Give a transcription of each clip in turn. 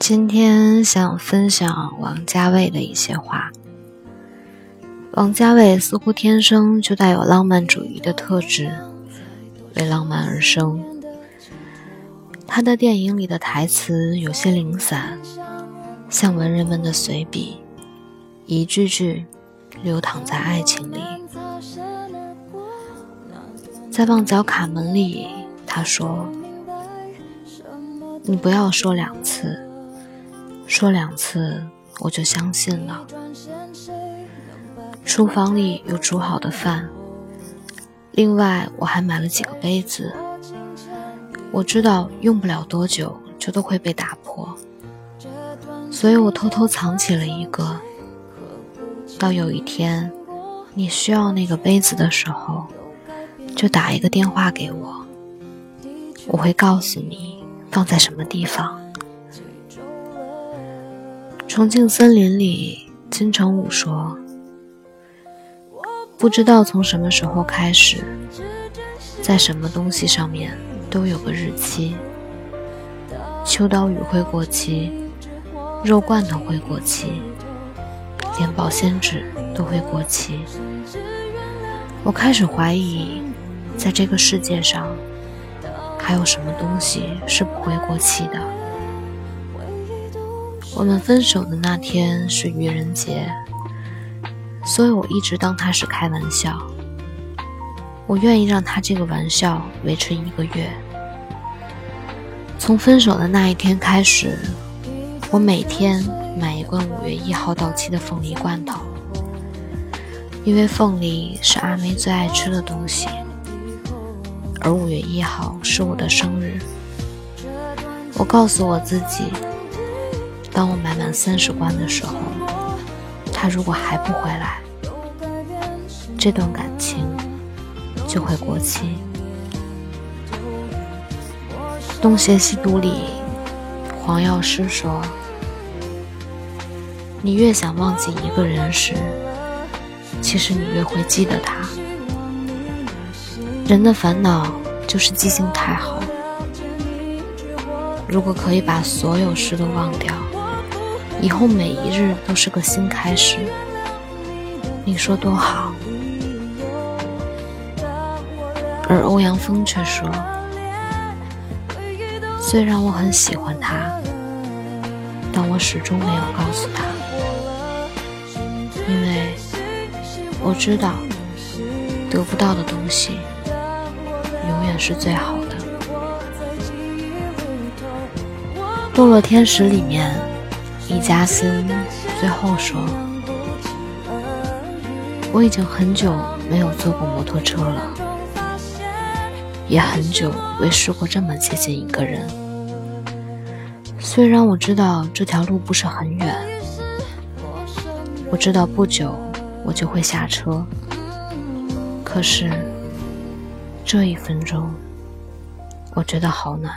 今天想分享王家卫的一些话。王家卫似乎天生就带有浪漫主义的特质，为浪漫而生。他的电影里的台词有些零散，像文人们的随笔，一句句流淌在爱情里。在《旺角卡门》里，他说：你不要说2次，说2次我就相信了。厨房里有煮好的饭，另外我还买了几个杯子，我知道用不了多久就都会被打破，所以我偷偷藏起了一个，到有一天你需要那个杯子的时候，就打一个电话给我，我会告诉你放在什么地方。重庆森林里，金城武说，不知道从什么时候开始，在什么东西上面都有个日期。秋刀鱼会过期，肉罐头会过期，连保鲜纸都会过期。我开始怀疑，在这个世界上还有什么东西是不会过期的。我们分手的那天是愚人节，所以我一直当它是开玩笑。我愿意让他这个玩笑维持1个月。从分手的那一天开始，我每天买一罐5月1号到期的凤梨罐头，因为凤梨是阿妹最爱吃的东西，而5月1号是我的生日。我告诉我自己，当我买满30罐的时候，他如果还不回来，这段感情就会过期。东邪西毒里，黄药师说，你越想忘记一个人时，其实你越会记得他。人的烦恼就是记性太好，如果可以把所有事都忘掉，以后每一日都是个新开始，你说多好。而欧阳锋却说，虽然我很喜欢他，但我始终没有告诉他，因为我知道得不到的东西永远是最好的。堕落天使里面，易家欣最后说，我已经很久没有坐过摩托车了，也很久未试过这么接近一个人。虽然我知道这条路不是很远，我知道不久我就会下车，可是这1分钟我觉得好暖。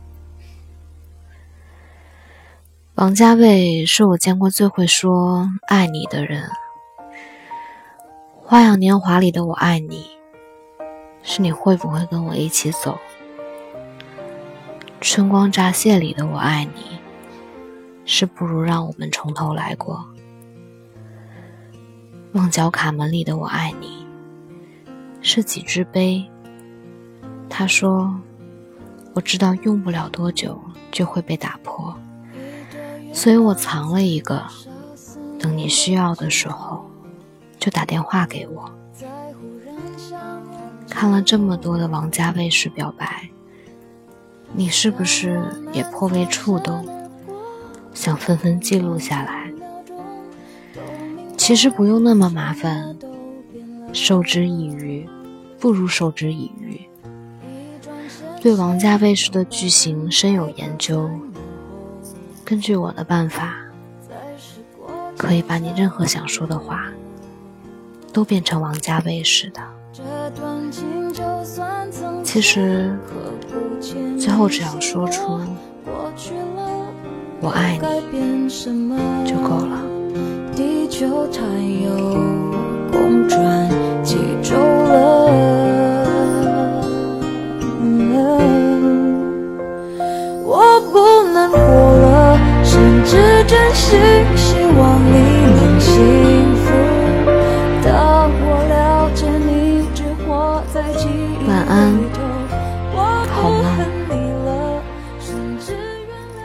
王家卫是我见过最会说爱你的人。花样年华里的我爱你，是你会不会跟我一起走。春光乍泄里的我爱你，是不如让我们从头来过。旺角卡门里的我爱你，是几只杯。他说，我知道用不了多久就会被打破，所以我藏了一个，等你需要的时候就打电话给我。看了这么多的王家卫式表白，你是不是也颇为触动，想纷纷记录下来？其实不用那么麻烦，授之以渔不如授之以渔。对王家卫式的句型深有研究，根据我的办法，可以把你任何想说的话都变成王家卫式的。其实最后只要说出我爱你就够了。地球它又公转几周了，我不